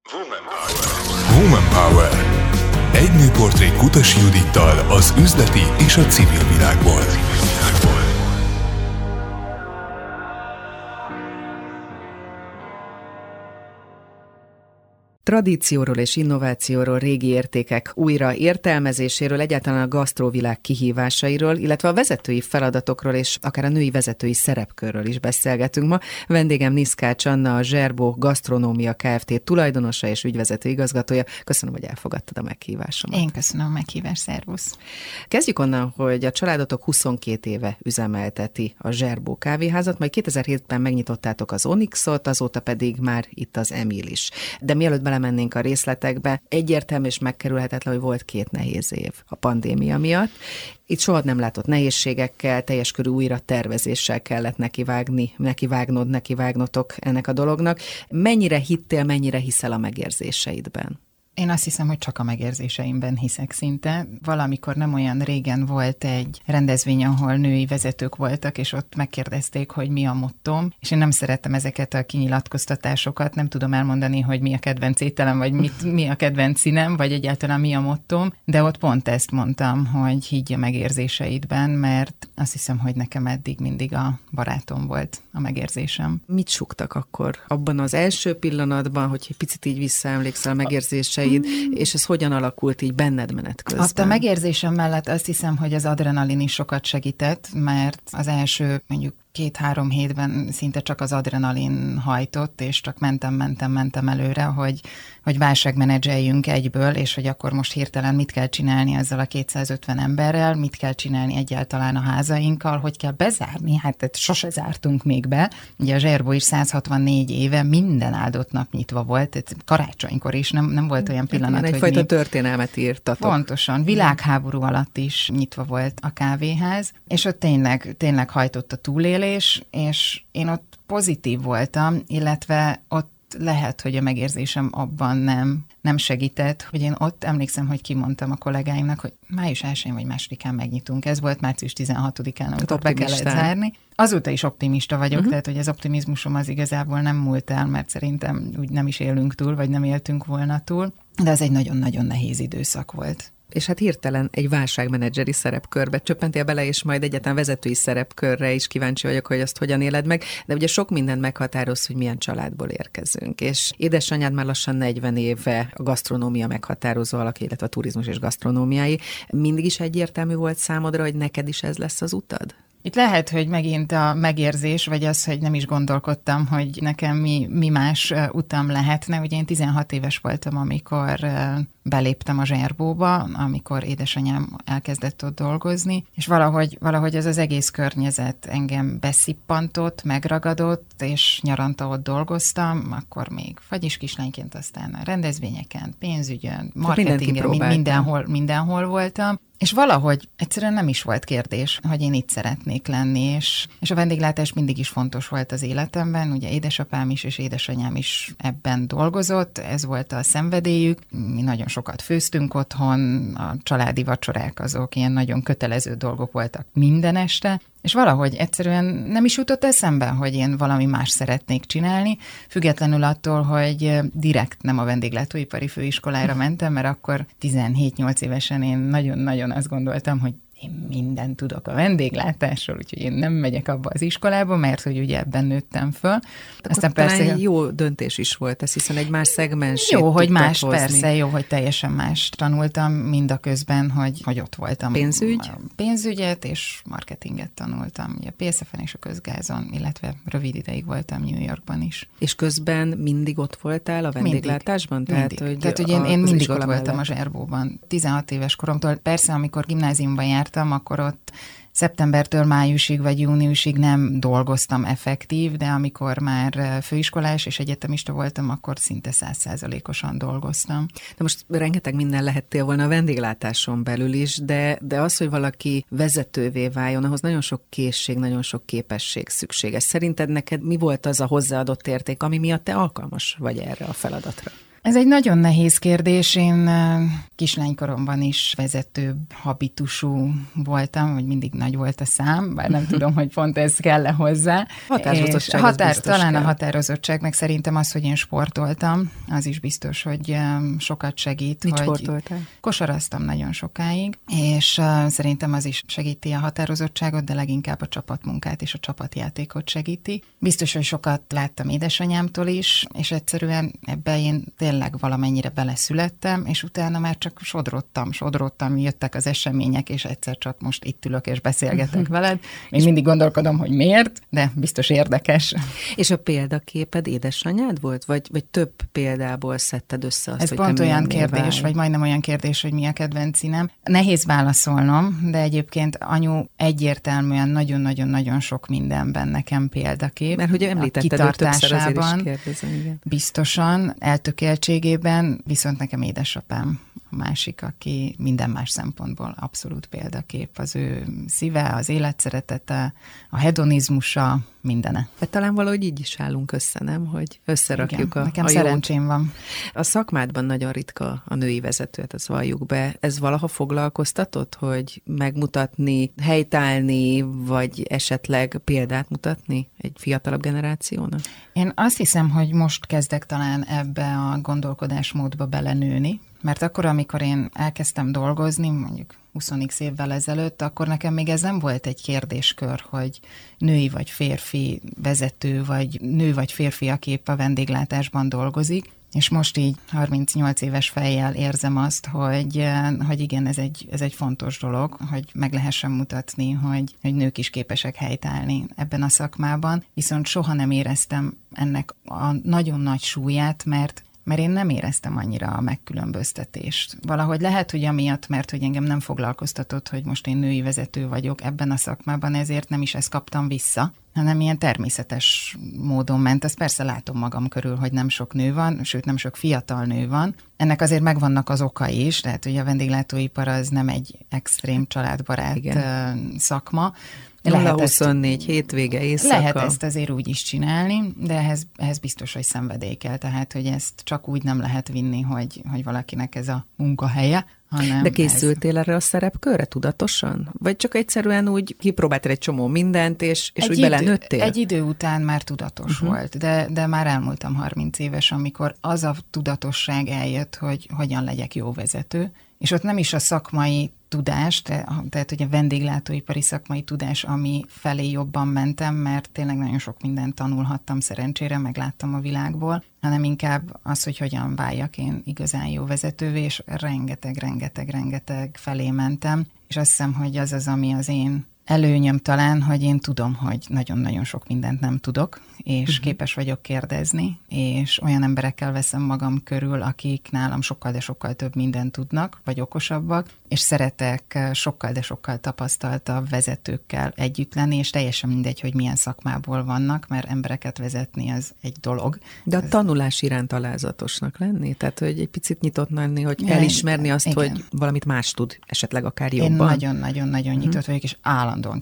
Woman Power. Egy nőportré Kutas Judittal az üzleti és a civil világból. Tradícióról és innovációról, régi értékek újra értelmezéséről, egyáltalán a gasztrovilág kihívásairól, illetve a vezetői feladatokról és akár a női vezetői szerepkörről is beszélgetünk ma. Vendégem Niszkács Anna, a Zserbó Gasztronómia Kft. Tulajdonosa és ügyvezető igazgatója. Köszönöm, hogy elfogadtad a meghívásomat. Én köszönöm a meghívást, szervusz. Kezdjük onnan, hogy a családotok 22 éve üzemelteti a Zserbó kávéházat, majd 2007-ben megnyitottátok az Onyxot, azóta pedig már itt az Emil is. De mielőtt belemennénk a részletekbe, egyértelmű és megkerülhetetlen, hogy volt 2 nehéz év a pandémia miatt. Itt soha nem látott nehézségekkel, teljes körű újra tervezéssel kellett nekivágnotok ennek a dolognak. Mennyire hittél, mennyire hiszel a megérzéseidben? Én azt hiszem, hogy csak a megérzéseimben hiszek szinte. Valamikor nem olyan régen volt egy rendezvény, ahol női vezetők voltak, és ott megkérdezték, hogy mi a mottom, és én nem szerettem ezeket a kinyilatkoztatásokat, nem tudom elmondani, hogy mi a kedvenc ételem, vagy mi a kedvenc színem, vagy egyáltalán mi a mottom, de ott pont ezt mondtam, hogy higgy a megérzéseidben, mert azt hiszem, hogy nekem eddig mindig a barátom volt a megérzésem. Mit suktak akkor abban az első pillanatban, hogy egy picit így visszaemlékszel a megérzéseid, és ez hogyan alakult így benned menet közben? Azt a megérzésem mellett azt hiszem, hogy az adrenalin is sokat segített, mert az első mondjuk 2-3 hétben szinte csak az adrenalin hajtott, és csak mentem előre, hogy válságmenedzseljünk egyből, és hogy akkor most hirtelen mit kell csinálni ezzel a 250 emberrel, mit kell csinálni egyáltalán a házainkkal, hogy kell bezárni, hát sose zártunk még be. Ugye a Zserbó is 164 éve minden áldott nap nyitva volt, karácsonykor is nem volt olyan pillanat, hogy egyfajta történelmet írtatok. Pontosan, világháború alatt is nyitva volt a kávéház, és ott tényleg hajtott a túlélés, és én ott pozitív voltam, illetve ott lehet, hogy a megérzésem abban nem segített, hogy én ott emlékszem, hogy kimondtam a kollégáimnak, hogy május 1-én vagy 2-án megnyitunk. Ez volt március 16-án, amikor be kellett zárni. Azóta is optimista vagyok, tehát hogy az optimizmusom az igazából nem múlt el, mert szerintem úgy nem is élünk túl, vagy nem éltünk volna túl, de az egy nagyon-nagyon nehéz időszak volt. És hát hirtelen egy válságmenedzseri szerepkörbe csöppentél bele, és majd egyáltalán vezetői szerepkörre is kíváncsi vagyok, hogy azt hogyan éled meg, de ugye sok mindent meghatároz, hogy milyen családból érkezünk. És édesanyád már lassan 40 éve a gasztronómia meghatározó alak, illetve a turizmus és gasztronómiái. Mindig is egyértelmű volt számodra, hogy neked is ez lesz az utad? Itt lehet, hogy megint a megérzés, vagy az, hogy nem is gondolkodtam, hogy nekem mi más utam lehetne. Ugye én 16 éves voltam, amikor beléptem a Zserbóba, amikor édesanyám elkezdett ott dolgozni, és valahogy ez az egész környezet engem beszippantott, megragadott, és nyaranta ott dolgoztam, akkor még fagyis kislányként, aztán a rendezvényeken, pénzügyön, marketingen, mindenhol voltam. És valahogy egyszerűen nem is volt kérdés, hogy én itt szeretnék lenni, és a vendéglátás mindig is fontos volt az életemben. Ugye édesapám is és édesanyám is ebben dolgozott, ez volt a szenvedélyük. Mi nagyon sokat főztünk otthon, a családi vacsorák azok ilyen nagyon kötelező dolgok voltak minden este, és valahogy egyszerűen nem is jutott eszembe, hogy én valami más szeretnék csinálni, függetlenül attól, hogy direkt nem a vendéglátóipari főiskolára mentem, mert akkor 17-8 évesen én nagyon-nagyon azt gondoltam, hogy én mindent tudok a vendéglátásról, úgyhogy én nem megyek abba az iskolába, mert hogy ugye ebben nőttem föl. Aztán persze jó döntés is volt ez, hiszen egy más szegmensét jó, hogy más, hozni. Persze, jó, hogy teljesen más tanultam, mindaközben, hogy ott voltam. Pénzügyet és marketinget tanultam. Ugye a PSF-en és a Közgázon, illetve rövid ideig voltam New Yorkban is. És közben mindig ott voltál a vendéglátásban? Mindig. Tehát hogy én mindig ott voltam a Zserbóban. 16 éves koromtól. Persze, amikor gimnáziumban jártam, akkor ott szeptembertől májusig vagy júniusig nem dolgoztam effektív, de amikor már főiskolás és egyetemista voltam, akkor szinte 100%-osan dolgoztam. De most rengeteg minden lehettél volna a vendéglátáson belül is, de az, hogy valaki vezetővé váljon, ahhoz nagyon sok készség, nagyon sok képesség szükséges. Szerinted neked mi volt az a hozzáadott érték, ami miatt te alkalmas vagy erre a feladatra? Ez egy nagyon nehéz kérdés. Én kislánykoromban is vezetőbb habitusú voltam, vagy mindig nagy volt a szám, bár nem tudom, hogy pont ez kell-e hozzá. Határozottság talán a határozottság, meg szerintem az, hogy én sportoltam, az is biztos, hogy sokat segít. Mit sportoltál? Kosaraztam nagyon sokáig, és szerintem az is segíti a határozottságot, de leginkább a csapatmunkát és a csapatjátékot segíti. Biztos, hogy sokat láttam édesanyámtól is, és egyszerűen ebben én tényleg valamennyire beleszülettem, és utána már csak sodrottam, jöttek az események, és egyszer csak most itt ülök és beszélgetek veled. Még mindig gondolkodom, hogy miért, de biztos érdekes. És a példaképed édesanyád volt? Vagy több példából szedted össze azt, ez hogy pont olyan kérdés, válj? vagy majdnem olyan kérdés, hogy mi a kedvenc színem. Nehéz válaszolnom, de egyébként anyu egyértelműen nagyon-nagyon-nagyon sok mindenben nekem példakép. Mert hogy említetted, hogy többször azért is kérdezem, igen. Biztosan, eltökéltségében, viszont nekem édesapám a másik, aki minden más szempontból abszolút példakép. Az ő szíve, az életszeretete, a hedonizmusa, mindene. De talán valahogy így is állunk össze, nem? Hogy összerakjuk igen, nekem a szerencsém van. A szakmádban nagyon ritka a női vezető, ezt valljuk be. Ez valaha foglalkoztatott, hogy megmutatni, helytállni, vagy esetleg példát mutatni egy fiatalabb generációnak? Én azt hiszem, hogy most kezdek talán ebbe a gondolkodásmódba belenőni, mert akkor, amikor én elkezdtem dolgozni, mondjuk 20x évvel ezelőtt, akkor nekem még ez nem volt egy kérdéskör, hogy női vagy férfi vezető, vagy nő vagy férfi, aki épp a vendéglátásban dolgozik, és most így 38 éves fejjel érzem azt, hogy igen, ez egy fontos dolog, hogy meg lehessen mutatni, hogy nők is képesek helytállni ebben a szakmában, viszont soha nem éreztem ennek a nagyon nagy súlyát, mert én nem éreztem annyira a megkülönböztetést. Valahogy lehet, hogy amiatt, mert hogy engem nem foglalkoztatott, hogy most én női vezető vagyok ebben a szakmában, ezért nem is ezt kaptam vissza, hanem ilyen természetes módon ment. Azt persze látom magam körül, hogy nem sok nő van, sőt nem sok fiatal nő van. Ennek azért megvannak az okai is, tehát hogy a vendéglátóipar az nem egy extrém családbarát szakma. 0-24 hétvége, éjszaka. Lehet ezt azért úgy is csinálni, de ehhez biztos, hogy szenvedély kell, tehát hogy ezt csak úgy nem lehet vinni, hogy valakinek ez a munkahelye. De készültél erre a szerepkörre tudatosan? Vagy csak egyszerűen úgy kipróbáltál egy csomó mindent, és úgy belenőttél? Egy idő után már tudatos volt, de már elmúltam 30 éves, amikor az a tudatosság eljött, hogy hogyan legyek jó vezető, és ott nem is a szakmai tudás, tehát hogy a vendéglátóipari szakmai tudás, ami felé jobban mentem, mert tényleg nagyon sok mindent tanulhattam szerencsére, megláttam a világból, hanem inkább az, hogy hogyan váljak én igazán jó vezetővé, és rengeteg felé mentem, és azt hiszem, hogy az az, ami az én előnyöm talán, hogy én tudom, hogy nagyon-nagyon sok mindent nem tudok, és képes vagyok kérdezni, és olyan emberekkel veszem magam körül, akik nálam sokkal, de sokkal több mindent tudnak, vagy okosabbak, és szeretek sokkal, de sokkal tapasztaltabb vezetőkkel együtt lenni, és teljesen mindegy, hogy milyen szakmából vannak, mert embereket vezetni az egy dolog. De a tanulás iránt alázatosnak lenni? Tehát, hogy egy picit nyitott lenni, hogy elismerni azt, igen, hogy valamit más tud, esetleg akár jobban. Én nagyon-nagyon nyitott vagyok, és állandóan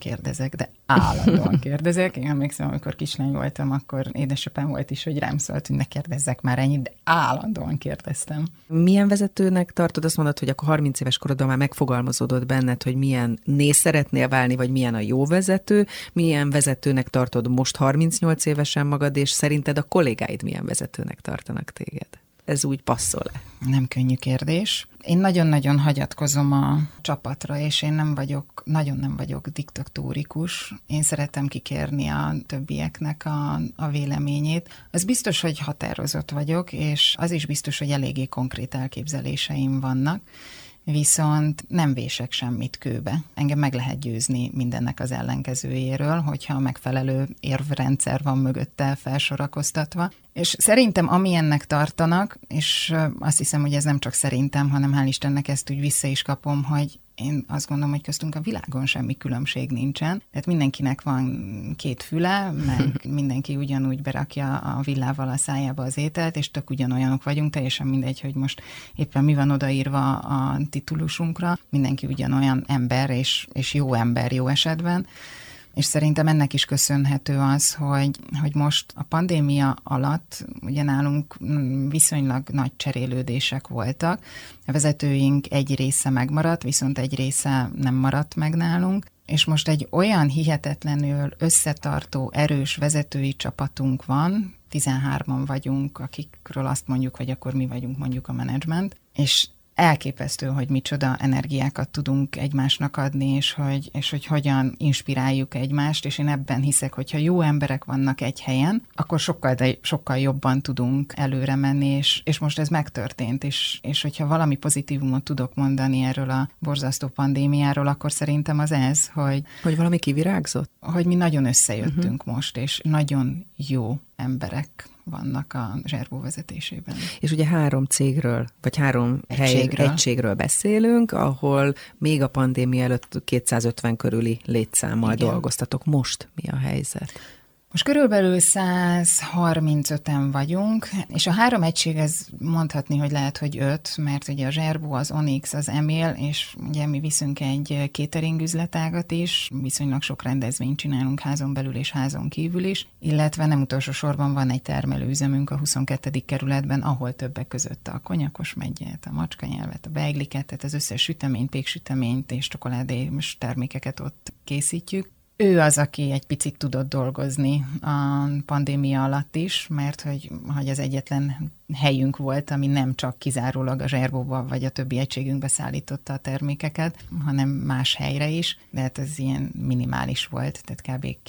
kérdezek. Én emlékszem, amikor kislány voltam, akkor édesapám volt is, hogy rám szólt, hogy ne kérdezzek már ennyit, de állandóan kérdeztem. Milyen vezetőnek tartod? Azt mondod, hogy akkor 30 éves korodban már megfogalmazódott benned, hogy milyen szeretnél válni, vagy milyen a jó vezető, milyen vezetőnek tartod most 38 évesen magad, és szerinted a kollégáid milyen vezetőnek tartanak téged? Ez úgy passzol-e? Nem könnyű kérdés. Én nagyon-nagyon hagyatkozom a csapatra, és én nagyon nem vagyok diktatórikus. Én szeretem kikérni a többieknek a véleményét. Az biztos, hogy határozott vagyok, és az is biztos, hogy eléggé konkrét elképzeléseim vannak, viszont nem vések semmit kőbe. Engem meg lehet győzni mindennek az ellenkezőjéről, hogyha megfelelő érvrendszer van mögötte felsorakoztatva. És szerintem amilyennek tartanak, és azt hiszem, hogy ez nem csak szerintem, hanem hál' Istennek ezt úgy vissza is kapom, hogy én azt gondolom, hogy köztünk a világon semmi különbség nincsen. Tehát mindenkinek van két füle, meg mindenki ugyanúgy berakja a villával a szájába az ételt, és tök ugyanolyanok vagyunk, teljesen mindegy, hogy most éppen mi van odaírva a titulusunkra. Mindenki ugyanolyan ember, és jó ember jó esetben. és szerintem ennek is köszönhető az, hogy most a pandémia alatt ugye nálunk viszonylag nagy cserélődések voltak. A vezetőink egy része megmaradt, viszont egy része nem maradt meg nálunk, és most egy olyan hihetetlenül összetartó, erős vezetői csapatunk van, 13-an vagyunk, akikről azt mondjuk, hogy akkor mi vagyunk mondjuk a menedzsment, és elképesztő, hogy micsoda energiákat tudunk egymásnak adni, és hogy hogyan inspiráljuk egymást, és én ebben hiszek, hogyha jó emberek vannak egy helyen, akkor sokkal jobban tudunk előre menni, és most ez megtörtént, és hogyha valami pozitívumot tudok mondani erről a borzasztó pandémiáról, akkor szerintem az ez, hogy valami kivirágzott? Hogy mi nagyon összejöttünk most, és nagyon jó emberek vannak a Zserbó vezetésében. És ugye 3 cégről, vagy 3 egységről beszélünk, ahol még a pandémia előtt 250 körüli létszámmal dolgoztatok. Most mi a helyzet? Most körülbelül 135-en vagyunk, és a 3 egység, ez mondhatni, hogy lehet, hogy 5, mert ugye a Zserbó, az Onyx, az Emil, és ugye mi viszünk egy catering üzletágat is, viszonylag sok rendezvényt csinálunk házon belül és házon kívül is, illetve nem utolsó sorban van egy termelőüzemünk a 22. kerületben, ahol többek között a konyakos meggyet, a macskanyelvet, a beigliket, tehát az összes süteményt, péksüteményt és csokoládés termékeket ott készítjük. Ő az, aki egy picit tudott dolgozni a pandémia alatt is, mert hogy az egyetlen helyünk volt, ami nem csak kizárólag a Zserbóba vagy a többi egységünkbe szállította a termékeket, hanem más helyre is, de hát ez ilyen minimális volt, tehát kb.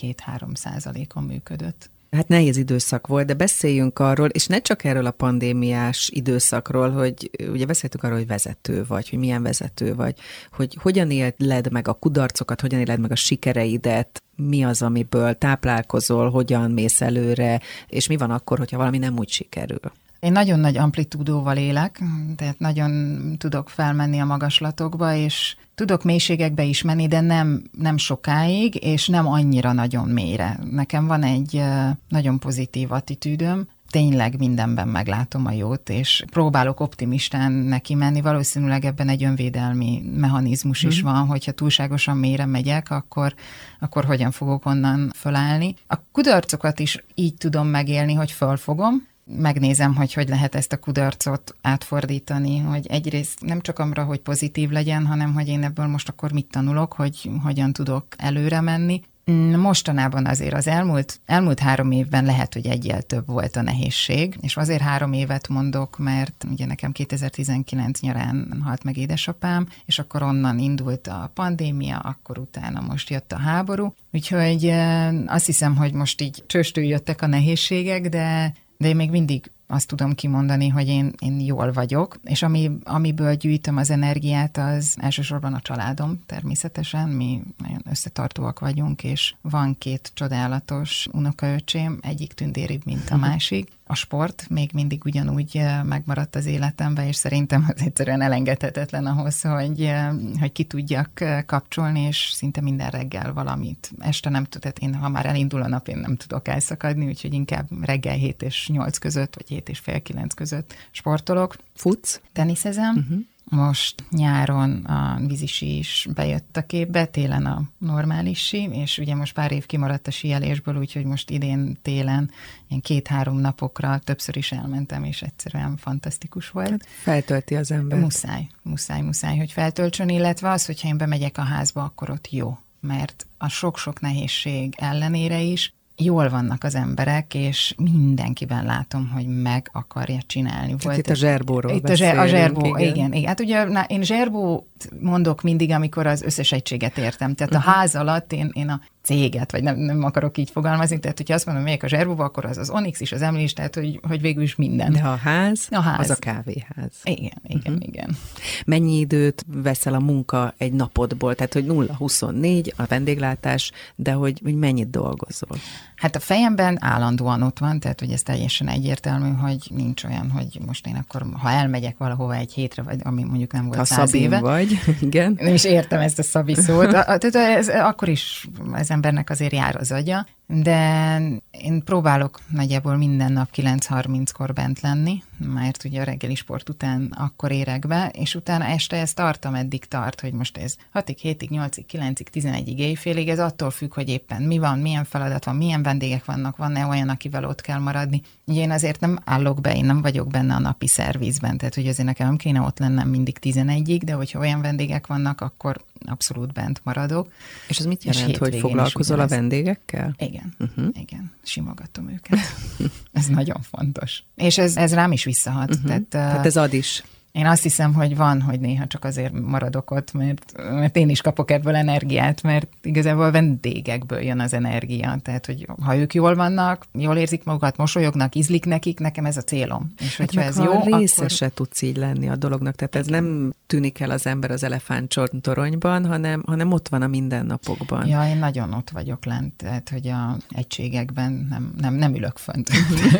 2-3% működött. Hát nehéz időszak volt, de beszéljünk arról, és ne csak erről a pandémiás időszakról, hogy ugye beszéltünk arról, hogy vezető vagy, hogy milyen vezető vagy, hogy hogyan éled meg a kudarcokat, hogyan éled meg a sikereidet, mi az, amiből táplálkozol, hogyan mész előre, és mi van akkor, hogyha valami nem úgy sikerül. Én nagyon nagy amplitúdóval élek, tehát nagyon tudok felmenni a magaslatokba, és tudok mélységekbe is menni, de nem sokáig, és nem annyira nagyon mélyre. Nekem van egy nagyon pozitív attitűdöm, tényleg mindenben meglátom a jót, és próbálok optimistán neki menni. Valószínűleg ebben egy önvédelmi mechanizmus is van, hogyha túlságosan mélyre megyek, akkor hogyan fogok onnan fölállni. A kudarcokat is így tudom megélni, hogy fölfogom, megnézem, hogy lehet ezt a kudarcot átfordítani, hogy egyrészt nem csak arra, hogy pozitív legyen, hanem hogy én ebből most akkor mit tanulok, hogy hogyan tudok előre menni. Mostanában azért az elmúlt 3 évben lehet, hogy egyel több volt a nehézség, és azért 3 évet mondok, mert ugye nekem 2019 nyarán halt meg édesapám, és akkor onnan indult a pandémia, akkor utána most jött a háború. Úgyhogy azt hiszem, hogy most így csőstül jöttek a nehézségek, de én még mindig azt tudom kimondani, hogy én jól vagyok, és amiből gyűjtöm az energiát, az elsősorban a családom természetesen, mi nagyon összetartóak vagyunk, és van 2 csodálatos unokaöcsém, egyik tündéribb, mint a másik. A sport még mindig ugyanúgy megmaradt az életemben, és szerintem az egyszerűen elengedhetetlen ahhoz, hogy ki tudjak kapcsolni, és szinte minden reggel valamit. Este nem tudok, én ha már elindul a nap, én nem tudok elszakadni, úgyhogy inkább reggel 7 és 8 között, vagy 7 és fél 9 között sportolok. Futsz? Teniszezem. Most nyáron a vízisi is bejött a képbe, télen a normális sí, és ugye most pár év kimaradt a síelésből, úgyhogy most idén télen ilyen 2-3 napokra többször is elmentem, és egyszerűen fantasztikus volt. Feltölti az ember. Muszáj, hogy feltöltsön, illetve az, hogyha én bemegyek a házba, akkor ott jó, mert a sok-sok nehézség ellenére is jól vannak az emberek, és mindenkiben látom, hogy meg akarja csinálni. Volt itt a Zserbóról beszélünk. A Zserbó, igen. Hát ugye én Zserbót mondok mindig, amikor az összes egységet értem. Tehát a ház alatt én a céget, vagy nem akarok így fogalmazni, tehát hogyha azt mondom, melyek a Zserbóba, akkor az Onyx is, az Emil is, tehát hogy végül is minden. De a ház, az a kávéház. Igen. Mennyi időt veszel a munka egy napodból? Tehát, hogy 0-24 a vendéglátás, de hogy mennyit dolgozol? Hát a fejemben állandóan ott van, tehát hogy ez teljesen egyértelmű, hogy nincs olyan, hogy most én akkor, ha elmegyek valahova egy hétre, vagy ami mondjuk nem volt 100 éve. Vagy, igen. Nem is értem ezt a Szabi szót. Tehát akkor is az embernek azért jár az agya, de én próbálok nagyjából minden nap 9:30-kor bent lenni, mert ugye a reggeli sport után akkor érek be, és utána este ezt tartom, eddig tart, hogy most ez 6-ig, 7-ig, 8-ig, 9-ig, 11-ig éjfélig, ez attól függ, hogy éppen mi van, milyen feladat van, milyen vendégek vannak, van-e olyan, akivel ott kell maradni. Ugye én azért nem állok be, én nem vagyok benne a napi szervizben, tehát hogy azért nekem nem kéne ott lennem mindig 11-ig, de hogyha olyan vendégek vannak, akkor abszolút bent maradok. És ez mit jelent, hogy foglalkozol a vendégekkel? Igen, igen, simogatom őket. Ez nagyon fontos. És ez rám is visszahat. Tehát ez ad is. Én azt hiszem, hogy van, hogy néha csak azért maradok ott, mert én is kapok ebből energiát, mert igazából a vendégekből jön az energia. Tehát, hogy ha ők jól vannak, jól érzik magukat, mosolyognak, ízlik nekik, nekem ez a célom. És hogyha ez jó, részese akkor... tudsz így lenni a dolognak. Tehát ez nem tűnik el az ember az elefántcsontoronyban, hanem ott van a mindennapokban. Ja, én nagyon ott vagyok lent, tehát, hogy a egységekben nem ülök fönt.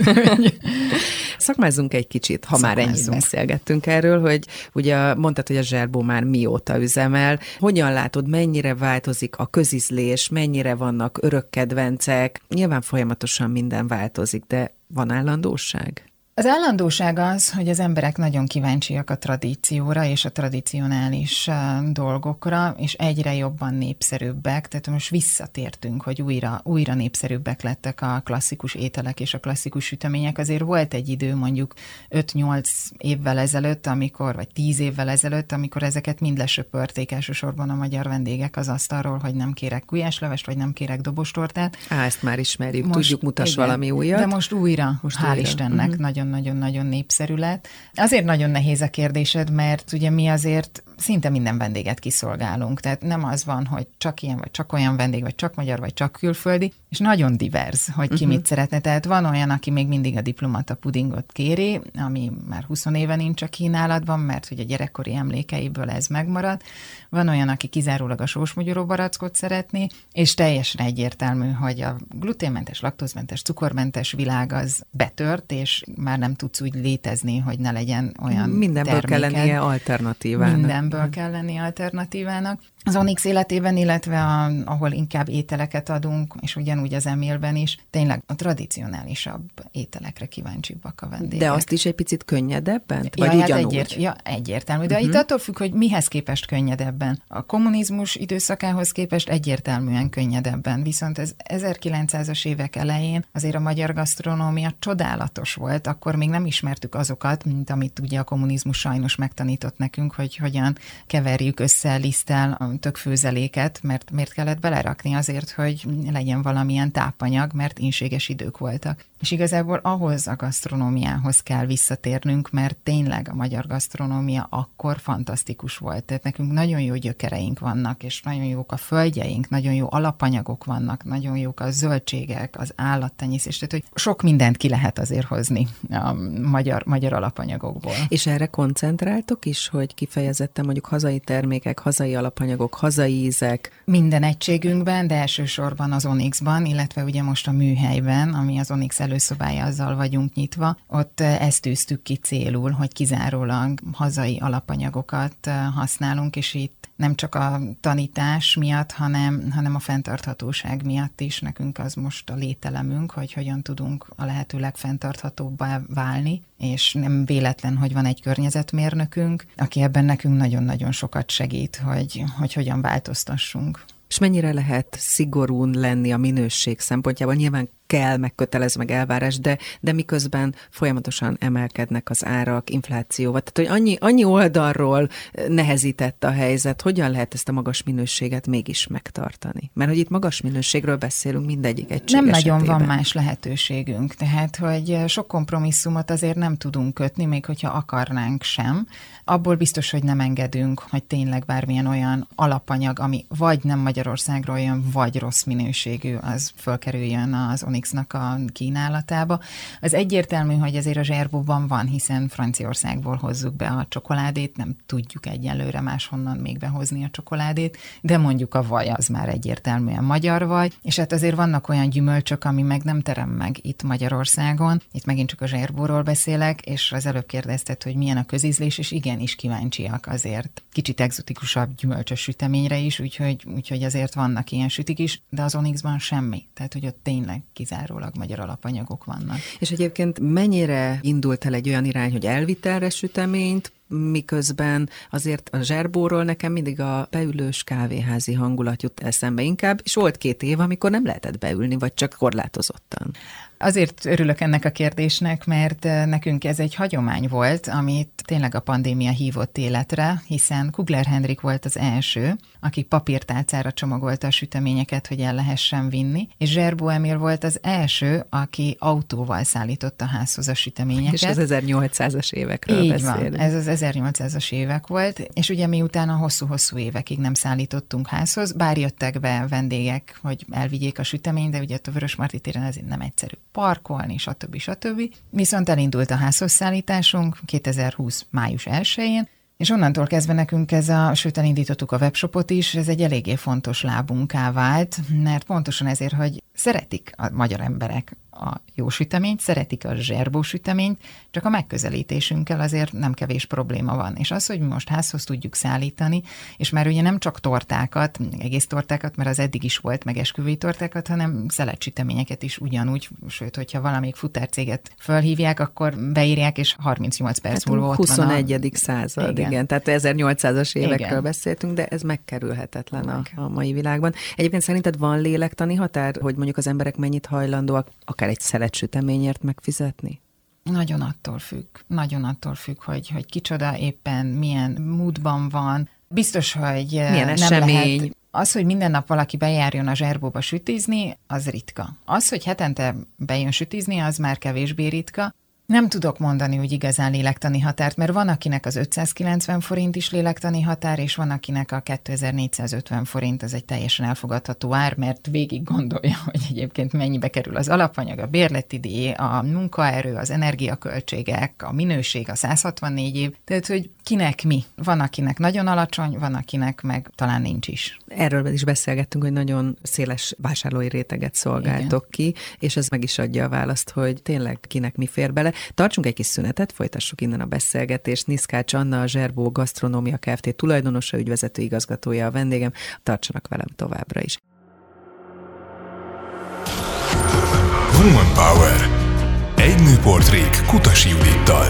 Szakmázzunk egy kicsit, ha már ennyit beszélgettünk erről, hogy ugye mondtad, hogy a Zserbó már mióta üzemel. Hogyan látod, mennyire változik a közízlés, mennyire vannak örök kedvencek? Nyilván folyamatosan minden változik, de van állandóság? Az állandóság az, hogy az emberek nagyon kíváncsiak a tradícióra és a tradicionális dolgokra, és egyre jobban népszerűbbek, tehát most visszatértünk, hogy újra népszerűbbek lettek a klasszikus ételek és a klasszikus sütemények. Azért volt egy idő, mondjuk 5-8 évvel ezelőtt, vagy 10 évvel ezelőtt, amikor ezeket mind lesöpörték elsősorban a magyar vendégek az asztalról, hogy nem kérek gulyáslevest, vagy nem kérek dobostortát. Ezt már ismerjük, most, tudjuk, mutass valami újat. De most újra, hál' Istennek, nagyon-nagyon népszerű lett. Azért nagyon nehéz a kérdésed, mert ugye mi azért szinte minden vendéget kiszolgálunk. Tehát nem az van, hogy csak ilyen, vagy csak olyan vendég, vagy csak magyar, vagy csak külföldi, és nagyon divers, hogy ki mit szeretne. Tehát van olyan, aki még mindig a diplomata pudingot kéri, ami már 20 éve nincs a kínálatban, mert hogy a gyerekkori emlékeiből ez megmarad. Van olyan, aki kizárólag a sósmogyoró barackot szeretné, és teljesen egyértelmű, hogy a gluténmentes, laktózmentes, cukormentes világ az betört, és már nem tudsz úgy létezni, hogy ne legyen olyan mindenből terméked. Kell lennie alternatívának. Mindenből kell lenni alternatívának. Az Onyx életében, illetve ahol inkább ételeket adunk, és ugyanúgy az Emilben is, tényleg a tradicionálisabb ételekre kíváncsibbak a vendégek. De azt is egy picit könnyedebben? Vagy ugyanúgy? Egyértelmű. De itt attól függ, hogy mihez képest könnyedebben. A kommunizmus időszakához képest egyértelműen könnyedebben. Viszont az 1900-as évek elején azért a magyar gasztronómia csodálatos volt. Akkor még nem ismertük azokat, mint amit ugye a kommunizmus sajnos megtanított nekünk, hogy hogyan keverjük össze liszttel a tökfőzeléket, mert miért kellett belerakni azért, hogy legyen valamilyen tápanyag, mert ínséges idők voltak. És igazából ahhoz a gasztronómiához kell visszatérnünk, mert tényleg a magyar gasztronómia akkor fantasztikus volt. Tehát nekünk nagyon jó gyökereink vannak, és nagyon jók a földjeink, nagyon jó alapanyagok vannak, nagyon jók a zöldségek, az állattenyésztés, tehát hogy sok mindent ki lehet azért hozni a magyar alapanyagokból. És erre koncentráltok is, hogy kifejezetten mondjuk hazai termékek, hazai alapanyagok, hazai ízek? Minden egységünkben, de elsősorban az Onyxban, illetve ugye most a műhelyben, ami az Onyx előszobája, azzal vagyunk nyitva, ott ezt tűztük ki célul, hogy kizárólag hazai alapanyagokat használunk, és itt nem csak a tanítás miatt, hanem a fenntarthatóság miatt is nekünk az most a lételemünk, hogy hogyan tudunk a lehető legfenntarthatóbbá válni, és nem véletlen, hogy van egy környezetmérnökünk, aki ebben nekünk nagyon-nagyon sokat segít, hogy hogyan változtassunk. És mennyire lehet szigorún lenni a minőség szempontjából? Nyilván kell, megkötelez, meg elvárás, de miközben folyamatosan emelkednek az árak, inflációval. Tehát, hogy annyi oldalról nehezített a helyzet, hogyan lehet ezt a magas minőséget mégis megtartani? Mert hogy itt magas minőségről beszélünk mindegyik egység nem esetében. Nagyon van más lehetőségünk, tehát, hogy sok kompromisszumot azért nem tudunk kötni, még hogyha akarnánk sem. Abból biztos, hogy nem engedünk, hogy tényleg bármilyen olyan alapanyag, ami vagy nem Magyarországról jön, vagy rossz minőségű, az fölkerüljön az Onyx Onyxnak a kínálatába. Az egyértelmű, hogy azért a Zserbóban van, hiszen Franciaországból hozzuk be a csokoládét, nem tudjuk egyelőre máshonnan még behozni a csokoládét, de mondjuk a vaj az már egyértelműen magyar vaj, és hát azért vannak olyan gyümölcsök, ami meg nem terem meg itt Magyarországon. Itt megint csak a Zserbóról beszélek, és az előbb kérdezted, hogy milyen a közízlés, és igenis kíváncsiak azért kicsit egzotikusabb gyümölcsös süteményre is, úgyhogy azért vannak ilyen sütik is, de az Onyxban semmi. Tehát, hogy ott tényleg kizárólag magyar alapanyagok vannak. És egyébként mennyire indult el egy olyan irány, hogy elvitelre süteményt, miközben azért a Zserbóról nekem mindig a beülős kávéházi hangulat jut eszembe inkább, és volt 2 év, amikor nem lehetett beülni, vagy csak korlátozottan. Azért örülök ennek a kérdésnek, mert nekünk ez egy hagyomány volt, amit tényleg a pandémia hívott életre, hiszen Kugler Henrik volt az első, aki papírtálcára csomagolta a süteményeket, hogy el lehessen vinni, és Zserbó Emil volt az első, aki autóval szállította házhoz a süteményeket. És az 1800-as évekről így beszélünk. Van, ez az 1800-as évek volt, és ugye mi utána hosszú-hosszú évekig nem szállítottunk házhoz, bár jöttek be vendégek, hogy elvigyék a süteményt, de ugye a Vörösmarty téren ez nem egyszerű parkolni, stb. Viszont elindult a házhoz szállításunk 2020. május 1-én, és onnantól kezdve nekünk sőt elindítottuk a webshopot is, ez egy eléggé fontos lábunká vált, mert pontosan ezért, hogy szeretik a magyar emberek a jó süteményt, szeretik a Zserbó süteményt, csak a megközelítésünkkel azért nem kevés probléma van. És az, hogy mi most házhoz tudjuk szállítani, és már ugye nem csak tortákat, egész tortákat, mert az eddig is volt, meg esküvői tortákat, hanem szeledsüteményeket is ugyanúgy, sőt, hogyha valamelyik futárcéget fölhívják, akkor beírják, és 38 perc múlva ott 21. század, igen. Tehát 1800-as évekről beszéltünk, de ez megkerülhetetlen a mai világban. Egyébként szerinted van lélektani határ, hogy mondjuk az emberek mennyit hajlandóak akár egy szeletdsüteményért megfizetni? Nagyon attól függ, hogy kicsoda éppen, milyen moodban van. Biztos, hogy milyen esemény. Nem lehet. Az, hogy minden nap valaki bejárjon a Zserbóba sütizni, az ritka. Az, hogy hetente bejön sütizni, az már kevésbé ritka. Nem tudok mondani úgy igazán lélektani határt, mert van, akinek az 590 forint is lélektani határ, és van, akinek a 2450 forint, ez egy teljesen elfogadható ár, mert végig gondolja, hogy egyébként mennyibe kerül az alapanyag, a bérleti díj, a munkaerő, az energiaköltségek, a minőség, a 164 év, tehát, hogy kinek mi. Van, akinek nagyon alacsony, van, akinek meg talán nincs is. Erről is beszélgettünk, hogy nagyon széles vásárlói réteget szolgáltok ki, és ez meg is adja a választ, hogy tényleg kinek mi fér bele. Tartsunk egy kis szünetet, folytassuk innen a beszélgetést. Niszkács Anna, a Zserbó Gasztronómia Kft. Tulajdonosa, ügyvezető igazgatója a vendégem. Tartsanak velem továbbra is. Woman Power. Egy nőportrék Kutasi Judittal.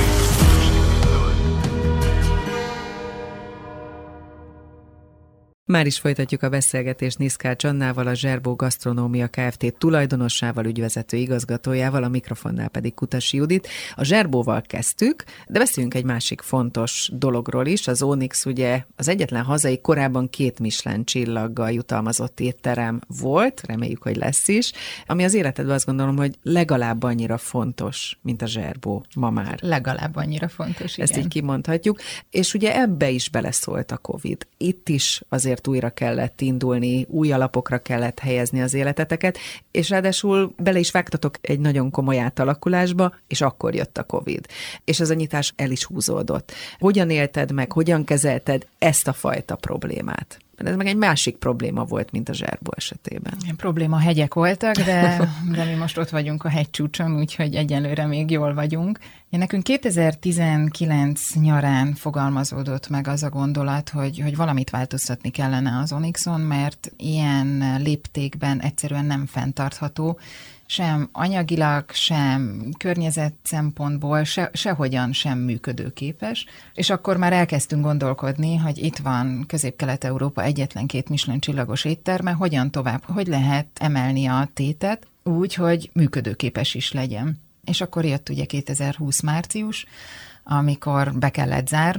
Már is folytatjuk a beszélgetést Niszkács Annával, a Zserbó Gasztronómia Kft. Tulajdonossával, ügyvezető igazgatójával, a mikrofonnál pedig Kutasi Judit. A Zserbóval kezdtük, de beszéljünk egy másik fontos dologról is. Az Onyx ugye az egyetlen hazai, korábban 2 Michelin csillaggal jutalmazott étterem volt, reméljük, hogy lesz is, ami az életedben azt gondolom, hogy legalább annyira fontos, mint a Zserbó ma már. Legalább annyira fontos, igen. Ezt így kimondhatjuk. És ugye ebbe is beleszólt a Covid. Itt is azért újra kellett indulni, új alapokra kellett helyezni az életeteket, és ráadásul bele is vágtatok egy nagyon komoly átalakulásba, és akkor jött a Covid. És ez a nyitás el is húzódott. Hogyan élted meg, hogyan kezelted ezt a fajta problémát? Ez meg egy másik probléma volt, mint a Zserbó esetében. Ilyen probléma hegyek voltak, de mi most ott vagyunk a hegycsúcson, úgyhogy egyelőre még jól vagyunk. Nekünk 2019 nyarán fogalmazódott meg az a gondolat, hogy valamit változtatni kellene az Onyxon, mert ilyen léptékben egyszerűen nem fenntartható, sem anyagilag, sem környezet szempontból, sehogyan sem működőképes. És akkor már elkezdtünk gondolkodni, hogy itt van Közép-Kelet-Európa egyetlen 2 Michelin csillagos étterme, hogyan tovább, hogy lehet emelni a tétet úgy, hogy működőképes is legyen. És akkor jött ugye 2020 március, amikor be kellett zárnunk,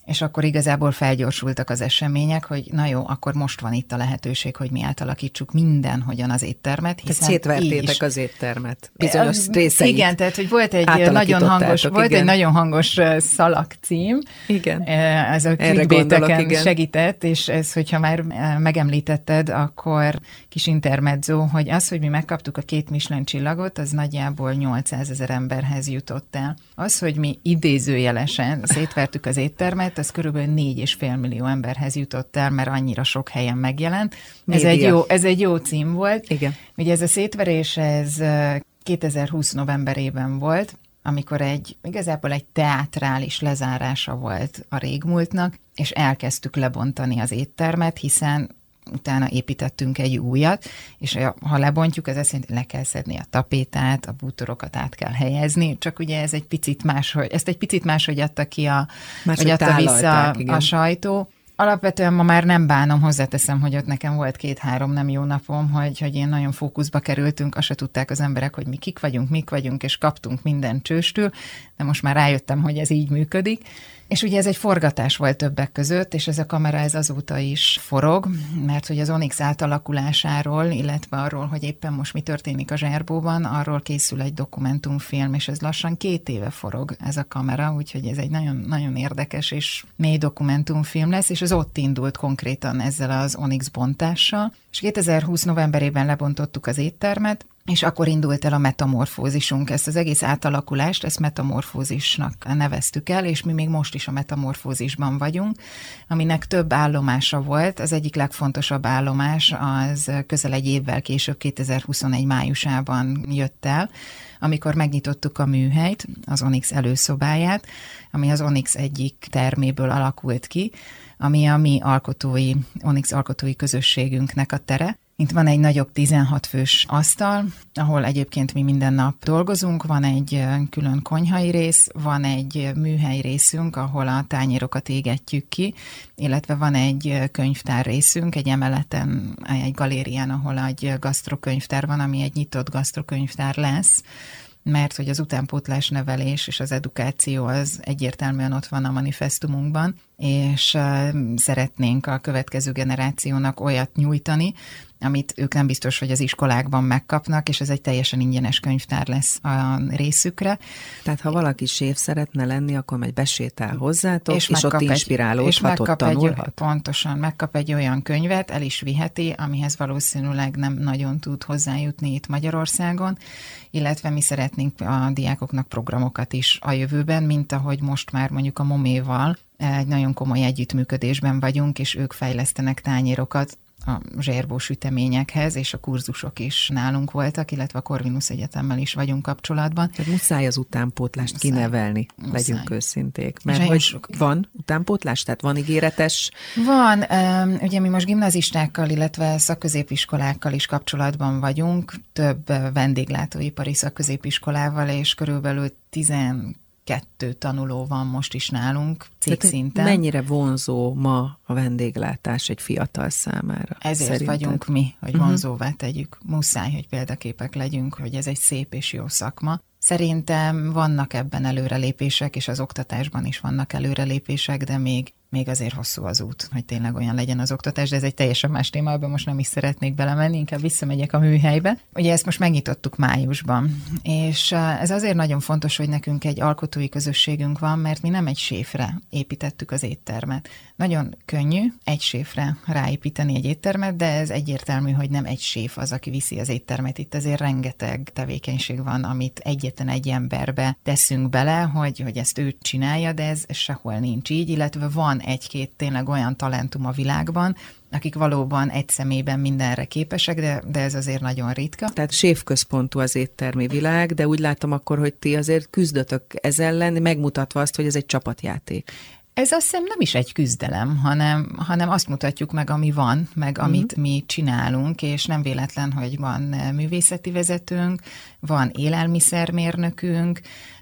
és akkor igazából felgyorsultak az események, hogy na jó, akkor most van itt a lehetőség, hogy mi átalakítsuk mindenhogyan az éttermet, hiszen tehát szétvertétek az éttermet bizonyos részeit. Igen, tehát hogy volt egy nagyon hangos szalagcím. Igen. Ez a clickbaiteken segített, és ez, hogyha már megemlítetted, akkor kis intermezzo, hogy az, hogy mi megkaptuk a 2 Michelin csillagot, az nagyjából 800 000 emberhez jutott el. Az, hogy mi idézőjelesen szétvertük az éttermet, az körülbelül 4,5 millió emberhez jutott el, mert annyira sok helyen megjelent. Ez egy jó cím volt. Igen. Ugye ez a szétverés, ez 2020 novemberében volt, amikor igazából egy teátrális lezárása volt a régmúltnak, és elkezdtük lebontani az éttermet, hiszen utána építettünk egy újat, és ha lebontjuk, ez azt jelenti, hogy le kell szedni a tapétát, a bútorokat át kell helyezni, csak ugye ez egy picit máshogy adta ki vissza a sajtó. Alapvetően ma már nem bánom, hozzáteszem, hogy ott nekem volt 2-3 nem jó napom, hogy én nagyon fókuszba kerültünk, azt se tudták az emberek, hogy mi mik vagyunk, és kaptunk minden csőstül, de most már rájöttem, hogy ez így működik. És ugye ez egy forgatás volt többek között, és ez a kamera ez azóta is forog, mert hogy az Onyx átalakulásáról, illetve arról, hogy éppen most mi történik a Zserbóban, arról készül egy dokumentumfilm, és ez lassan 2 éve forog ez a kamera, úgyhogy ez egy nagyon, nagyon érdekes és mély dokumentumfilm lesz, és az ott indult konkrétan ezzel az Onyx bontással. És 2020 novemberében lebontottuk az éttermet, és akkor indult el a metamorfózisunk. Ezt az egész átalakulást, ezt metamorfózisnak neveztük el, és mi még most is a metamorfózisban vagyunk, aminek több állomása volt. Az egyik legfontosabb állomás az közel egy évvel később, 2021 májusában jött el, amikor megnyitottuk a műhelyt, az Onyx előszobáját, ami az Onyx egyik terméből alakult ki, ami a mi Onyx alkotói közösségünknek a tere. Itt van egy nagyobb 16 fős asztal, ahol egyébként mi minden nap dolgozunk, van egy külön konyhai rész, van egy műhely részünk, ahol a tányérokat égetjük ki, illetve van egy könyvtár részünk, egy emeleten, egy galérián, ahol egy gasztrokönyvtár van, ami egy nyitott gasztrokönyvtár lesz, mert hogy az utánpótlás nevelés és az edukáció az egyértelműen ott van a manifestumunkban, és szeretnénk a következő generációnak olyat nyújtani, amit ők nem biztos, hogy az iskolákban megkapnak, és ez egy teljesen ingyenes könyvtár lesz a részükre. Tehát ha valaki séf szeretne lenni, akkor majd besétál hozzátok, és ott inspirálódhat, ott tanulhat. Pontosan, megkap egy olyan könyvet, el is viheti, amihez valószínűleg nem nagyon tud hozzájutni itt Magyarországon, illetve mi szeretnénk a diákoknak programokat is a jövőben, mint ahogy most már mondjuk a Moméval egy nagyon komoly együttműködésben vagyunk, és ők fejlesztenek tányérokat a zserbó süteményekhez, és a kurzusok is nálunk voltak, illetve a Corvinus Egyetemmel is vagyunk kapcsolatban. Tehát muszáj az utánpótlást kinevelni, legyünk őszinték. Mert hogy van utánpótlás, tehát van ígéretes? Van, ugye mi most gimnazistákkal, illetve szakközépiskolákkal is kapcsolatban vagyunk, több vendéglátóipari szakközépiskolával, és körülbelül 12 tanuló van most is nálunk cégszinten. Mennyire vonzó ma a vendéglátás egy fiatal számára? Ezért szerinted vagyunk mi, hogy vonzóvá tegyük. Muszáj, hogy példaképek legyünk, hogy ez egy szép és jó szakma. Szerintem vannak ebben előrelépések, és az oktatásban is vannak előrelépések, de még azért hosszú az út, hogy tényleg olyan legyen az oktatás, de ez egy teljesen más téma, abban most nem is szeretnék belemenni, inkább visszamegyek a műhelybe. Ugye ezt most megnyitottuk májusban, és ez azért nagyon fontos, hogy nekünk egy alkotói közösségünk van, mert mi nem egy séfre építettük az éttermet. Nagyon könnyű egy séfre ráépíteni egy éttermet, de ez egyértelmű, hogy nem egy séf az, aki viszi az éttermet. Itt azért rengeteg tevékenység van, amit egyetlen egy emberbe teszünk bele, hogy ezt ő csinálja, de ez sehol nincs így, illetve van egy-két tényleg olyan talentum a világban, akik valóban egy személyben mindenre képesek, de ez azért nagyon ritka. Tehát séfközpontú az éttermi világ, de úgy látom akkor, hogy ti azért küzdötök ez ellen, megmutatva azt, hogy ez egy csapatjáték. Ez azt hiszem nem is egy küzdelem, hanem azt mutatjuk meg, ami van, meg amit mi csinálunk, és nem véletlen, hogy van művészeti vezetőnk, van élelmiszermérnökünk,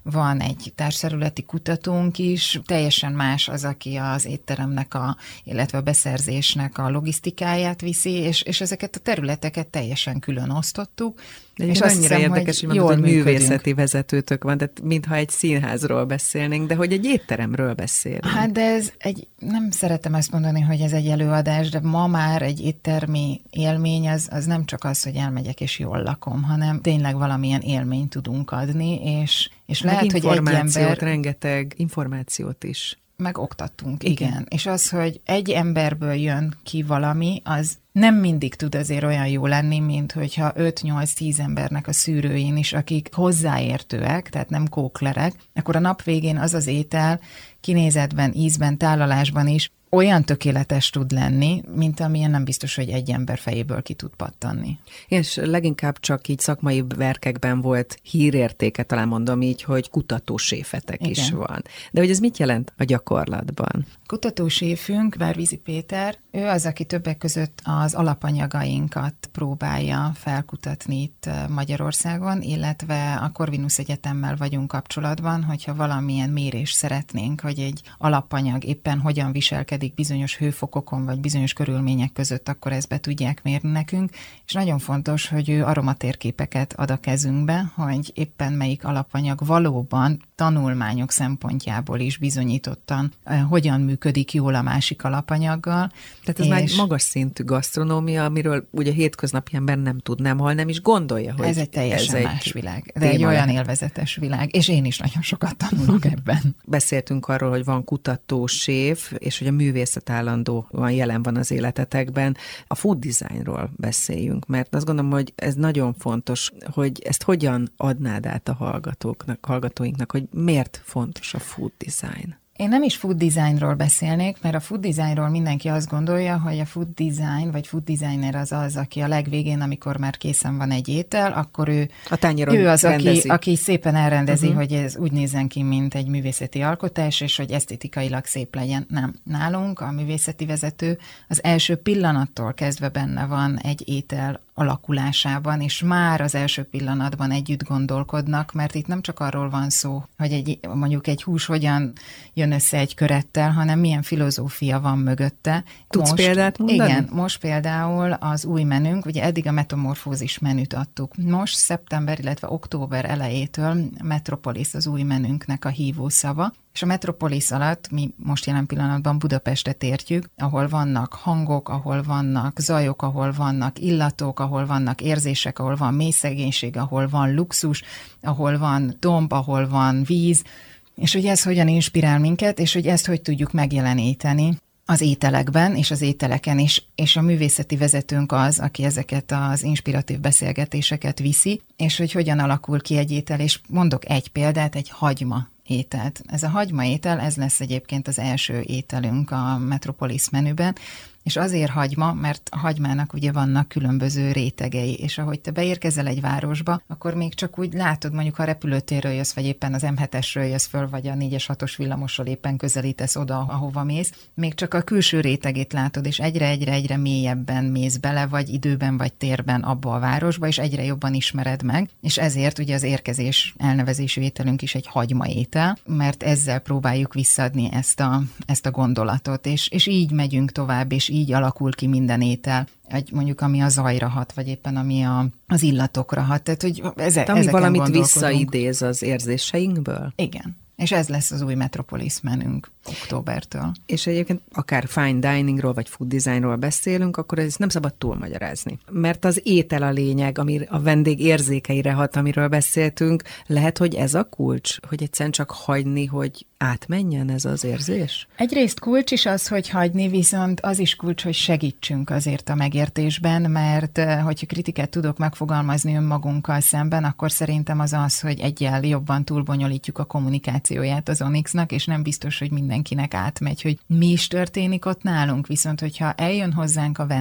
van egy társterületi kutatónk is, teljesen más az, aki az étteremnek, illetve a beszerzésnek a logisztikáját viszi, és ezeket a területeket teljesen külön osztottuk. És annyira hiszem, érdekes, hogy jól művészeti vezetőtök van, tehát mintha egy színházról beszélnénk, de hogy egy étteremről beszélünk. Hát de nem szeretem ezt mondani, hogy ez egy előadás, de ma már egy éttermi élmény az nem csak az, hogy elmegyek és jól lakom, hanem tényleg valamilyen élményt tudunk adni, és lehet, hogy egy ember... rengeteg információt is. Megoktattunk, igen. És az, hogy egy emberből jön ki valami, az nem mindig tud azért olyan jó lenni, mint hogyha 5-8-10 embernek a szűrőjén is, akik hozzáértőek, tehát nem kóklerek, akkor a nap végén az étel kinézetben, ízben, tálalásban is olyan tökéletes tud lenni, mint amilyen nem biztos, hogy egy ember fejéből ki tud pattanni. És leginkább csak így szakmai verkekben volt hírértéke, talán mondom így, hogy kutatóséfetek is van. De hogy ez mit jelent a gyakorlatban? Kutatóséfünk, Várvízi Péter, ő az, aki többek között az alapanyagainkat próbálja felkutatni itt Magyarországon, illetve a Corvinus Egyetemmel vagyunk kapcsolatban, hogyha valamilyen mérést szeretnénk, hogy egy alapanyag éppen hogyan viselkedik bizonyos hőfokokon, vagy bizonyos körülmények között, akkor ezt be tudják mérni nekünk, és nagyon fontos, hogy ő aromatérképeket ad a kezünkbe, hogy éppen melyik alapanyag valóban tanulmányok szempontjából is bizonyítottan hogyan működik jól a másik alapanyaggal. Tehát ez már egy magas szintű gasztronómia, amiről ugye hétköznapi ember nem tud, nem is gondolja, hogy ez egy teljesen más világ, de egy olyan élvezetes világ, és én is nagyon sokat tanulok ebben. Beszéltünk arról, hogy van kutatóséf, és hogy a művészet állandóan jelen van az életetekben. A food designról beszéljünk, mert azt gondolom, hogy ez nagyon fontos, hogy ezt hogyan adnád át a hallgatóinknak, hogy miért fontos a food design? Én nem is food designról beszélnék, mert a food designról mindenki azt gondolja, hogy a food design, vagy food designer az, aki a legvégén, amikor már készen van egy étel, akkor ő az, aki szépen elrendezi, hogy ez úgy nézzen ki, mint egy művészeti alkotás, és hogy esztétikailag szép legyen. Nem. Nálunk a művészeti vezető az első pillanattól kezdve benne van egy étel alakulásában, és már az első pillanatban együtt gondolkodnak, mert itt nem csak arról van szó, hogy mondjuk egy hús hogyan jön össze egy körettel, hanem milyen filozófia van mögötte. Tudsz példát mondani? Igen, most például az új menünk, ugye eddig a metamorfózis menüt adtuk. Most szeptember, illetve október elejétől Metropolis az új menünknek a hívószava, és a Metropolis alatt mi most jelen pillanatban Budapestet értjük, ahol vannak hangok, ahol vannak zajok, ahol vannak illatok, ahol vannak érzések, ahol van mélyszegénység, ahol van luxus, ahol van domb, ahol van víz, és hogy ez hogyan inspirál minket, és hogy ezt hogy tudjuk megjeleníteni az ételekben és az ételeken is, és a művészeti vezetőnk az, aki ezeket az inspiratív beszélgetéseket viszi, és hogy hogyan alakul ki egy étel, és mondok egy példát, egy hagyma ételt. Ez a hagyma étel, ez lesz egyébként az első ételünk a Metropolis menüben, és azért hagyma, mert a hagymának ugye vannak különböző rétegei, és ahogy te beérkezel egy városba, akkor még csak úgy látod, mondjuk ha a repülőtérről jössz, vagy éppen az M7-esről jössz föl, vagy a 4-es 6-os villamosról éppen közelítesz oda, ahova mész, még csak a külső rétegét látod, és egyre mélyebben mész bele, vagy időben, vagy térben abba a városba, és egyre jobban ismered meg, és ezért ugye az érkezés elnevezésű ételünk is egy hagyma étel, mert ezzel próbáljuk visszaadni ezt a gondolatot, és így megyünk tovább, és így alakul ki minden étel, mondjuk ami a zajra hat, vagy éppen ami az illatokra hat. Tehát, hogy ami valamit visszaidéz az érzéseinkből? Igen. És ez lesz az új Metropolis menünk októbertől. És egyébként akár fine diningról vagy food designról beszélünk, akkor ezt nem szabad túlmagyarázni. Mert az étel a lényeg, ami a vendég érzékeire hat, amiről beszéltünk. Lehet, hogy ez a kulcs, hogy egyszerűen csak hagyni, hogy átmenjen ez az érzés? Egyrészt kulcs is az, hogy hagyni, viszont az is kulcs, hogy segítsünk azért a megértésben, mert hogyha kritikát tudok megfogalmazni önmagunkkal szemben, akkor szerintem az, hogy egyel jobban túlbonyolítjuk a kommunikációját az Onyxnak, és nem biztos, hogy mindenkinek átmegy, hogy mi is történik ott nálunk. Viszont, hogyha eljön hozzánk a vendég,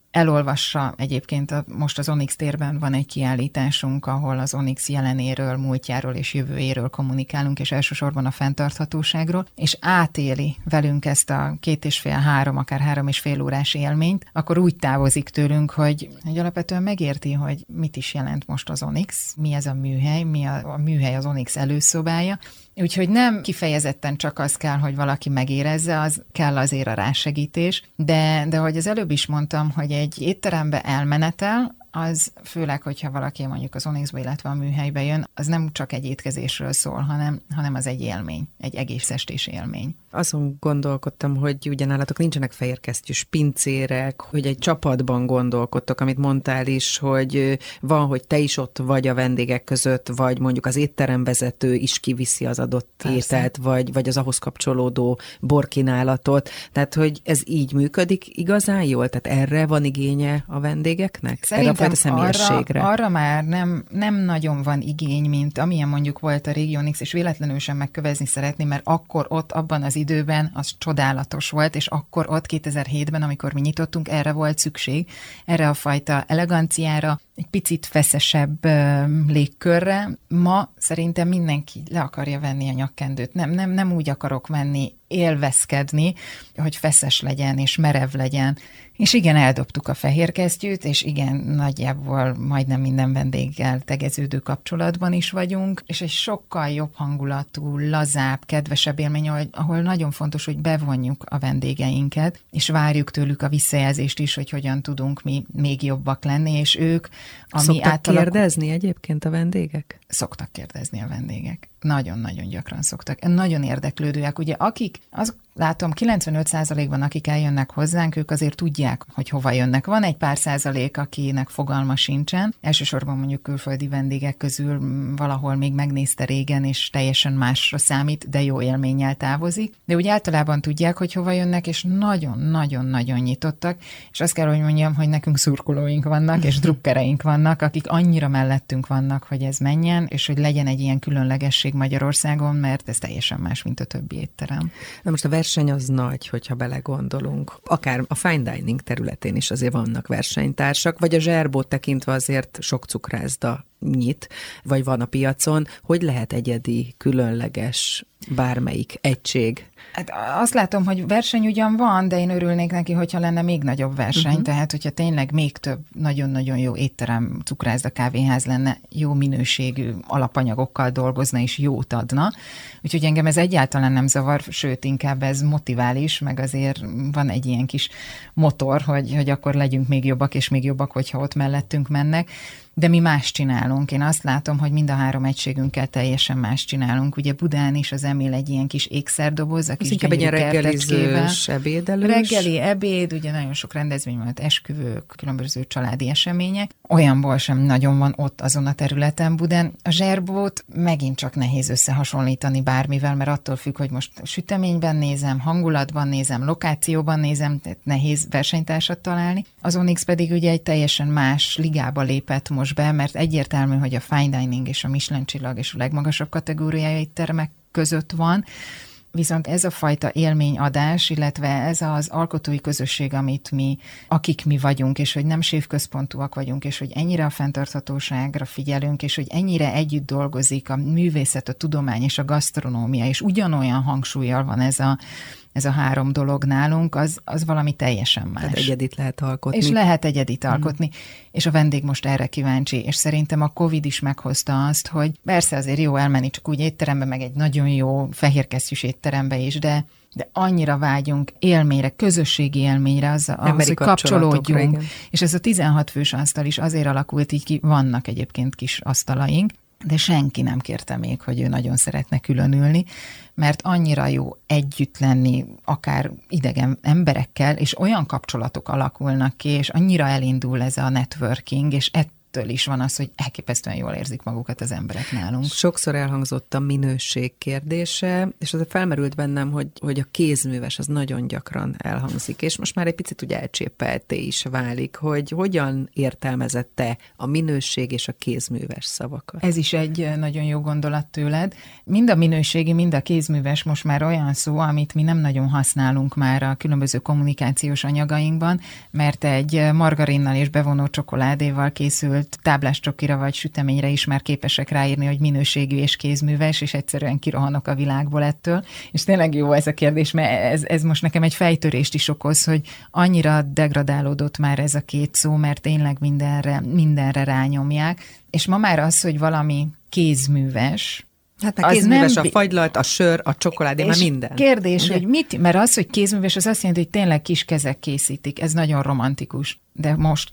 elolvassa egyébként most az Onyx térben van egy kiállításunk, ahol az Onyx jelenéről, múltjáról és jövőjéről kommunikálunk, és elsősorban a fenntarthatóságról, és átéli velünk ezt a 2,5-3, akár 3,5 órás élményt, akkor úgy távozik tőlünk, hogy alapvetően megérti, hogy mit is jelent most az Onyx, mi ez a műhely, mi a műhely az Onyx előszobája. Úgyhogy nem kifejezetten csak az kell, hogy valaki megérezze, az kell azért a rásegítés, de ahogy az előbb is mondtam, hogy egy étterembe elmenetel, az főleg, hogyha valaki mondjuk az Onyxba, illetve a műhelybe jön, az nem csak egy étkezésről szól, hanem az egy élmény, egy egész estés élmény. Azon gondolkodtam, hogy ugyanállatok nincsenek fehérkesztyűs pincérek, hogy egy csapatban gondolkodtok, amit mondtál is, hogy van, hogy te is ott vagy a vendégek között, vagy mondjuk az étteremvezető is kiviszi az adott ételt, vagy az ahhoz kapcsolódó borkínálatot. Tehát, hogy ez így működik igazán jól? Tehát erre van igénye a vendégeknek? Szerintem arra már nem nagyon van igény, mint amilyen mondjuk volt a régi Onyx, és véletlenül sem megkövezni szeretni, mert akkor ott abban az időben az csodálatos volt, és akkor ott 2007-ben, amikor mi nyitottunk, erre volt szükség, erre a fajta eleganciára, egy picit feszesebb légkörre. Ma szerintem mindenki le akarja venni a nyakkendőt. Nem úgy akarok menni, élvezkedni, hogy feszes legyen és merev legyen. És igen, eldobtuk a fehérkesztyűt, és igen, nagyjából majdnem minden vendéggel tegeződő kapcsolatban is vagyunk, és egy sokkal jobb hangulatú, lazább, kedvesebb élmény, ahol nagyon fontos, hogy bevonjuk a vendégeinket, és várjuk tőlük a visszajelzést is, hogy hogyan tudunk mi még jobbak lenni, és ők... Szoktak kérdezni egyébként a vendégek? Szoktak kérdezni a vendégek. Nagyon-nagyon gyakran szoktak. Nagyon érdeklődőek. Ugye azt látom, 95%-ban akik eljönnek hozzánk, ők azért tudják, hogy hova jönnek. Van egy pár százalék, akinek fogalma sincsen. Elsősorban mondjuk külföldi vendégek közül valahol még megnézte régen, és teljesen másra számít, de jó élménnyel távozik. De úgy általában tudják, hogy hova jönnek, és nagyon-nagyon-nagyon nyitottak. És azt kell, hogy mondjam, hogy nekünk szurkolóink vannak, és drukkereink vannak, akik annyira mellettünk vannak, hogy ez menjen, és hogy legyen egy ilyen különlegesség Magyarországon, mert ez teljesen más, mint a többi étterem. Na most a verseny az nagy, hogyha belegondolunk. Akár a fine dining területén is azért vannak versenytársak, vagy a Zserbót tekintve azért sok cukrászda nyit, vagy van a piacon. Hogy lehet egyedi, különleges bármelyik egység? Hát azt látom, hogy verseny ugyan van, de én örülnék neki, hogyha lenne még nagyobb verseny, tehát hogyha tényleg még több nagyon-nagyon jó étterem, cukrászda, kávéház lenne, jó minőségű alapanyagokkal dolgozna és jót adna. Úgyhogy engem ez egyáltalán nem zavar, sőt, inkább ez motivál is, meg azért van egy ilyen kis motor, hogy akkor legyünk még jobbak, és még jobbak, hogyha ott mellettünk mennek. De mi más csinálunk. Én azt látom, hogy mind a 3 egységünkkel teljesen más csinálunk. Ugye Budán is az Emil egy ilyen kis ékszerdoboz, a kis gyönyörű reggelizős, ebédelős. Reggeli, ebéd, ugye nagyon sok rendezvény volt, esküvők, különböző családi események. Olyanból sem nagyon van ott azon a területen Budán. A Zserbót megint csak nehéz összehasonlítani bármivel, mert attól függ, hogy most süteményben nézem, hangulatban nézem, lokációban nézem, tehát nehéz versenytársat találni. Az Onyx pedig ugye egy teljesen más ligába lépett most be, mert egyértelmű, hogy a fine dining és a Michelin csillag és a legmagasabb kategóriájú éttermek között van, viszont ez a fajta élményadás, illetve ez az alkotói közösség, akik mi vagyunk, és hogy nem séfközpontúak vagyunk, és hogy ennyire a fenntarthatóságra figyelünk, és hogy ennyire együtt dolgozik a művészet, a tudomány és a gasztronómia, és ugyanolyan hangsúllyal van ez a 3 dolog nálunk, az valami teljesen más. Tehát egyedit lehet alkotni. És lehet egyedit alkotni, és a vendég most erre kíváncsi, és szerintem a Covid is meghozta azt, hogy persze azért jó elmenni csak úgy étterembe, meg egy nagyon jó fehérkesztyűs étterembe is, de annyira vágyunk élményre, közösségi élményre, az hogy kapcsolódjunk. Igen. És ez a 16 fős asztal is azért alakult így ki, vannak egyébként kis asztalaink, de senki nem kérte még, hogy ő nagyon szeretne különülni, mert annyira jó együtt lenni, akár idegen emberekkel, és olyan kapcsolatok alakulnak ki, és annyira elindul ez a networking, és ettől is van az, hogy elképesztően jól érzik magukat az emberek nálunk. Sokszor elhangzott a minőség kérdése, és az felmerült bennem, hogy a kézműves az nagyon gyakran elhangzik, és most már egy picit ugye elcsépelté is válik, hogy hogyan értelmezed te a minőség és a kézműves szavakat. Ez is egy nagyon jó gondolat tőled. Mind a minőségi, mind a kézműves most már olyan szó, amit mi nem nagyon használunk már a különböző kommunikációs anyagainkban, mert egy margarinnal és bevonó csokoládéval készült táblás csokira vagy süteményre is már képesek ráírni, hogy minőségű és kézműves, és egyszerűen kirohanok a világból ettől. És tényleg jó ez a kérdés, mert ez most nekem egy fejtörést is okoz, hogy annyira degradálódott már ez a két szó, mert tényleg mindenre rányomják. És ma már az, hogy valami kézműves, hát a kézműves a fagylalt, a sör, a csokoládé, már minden. Kérdés, ugye? hogy mit, mert az, hogy kézműves, az azt jelenti, hogy tényleg kis kezek készítik. Ez nagyon romantikus. De most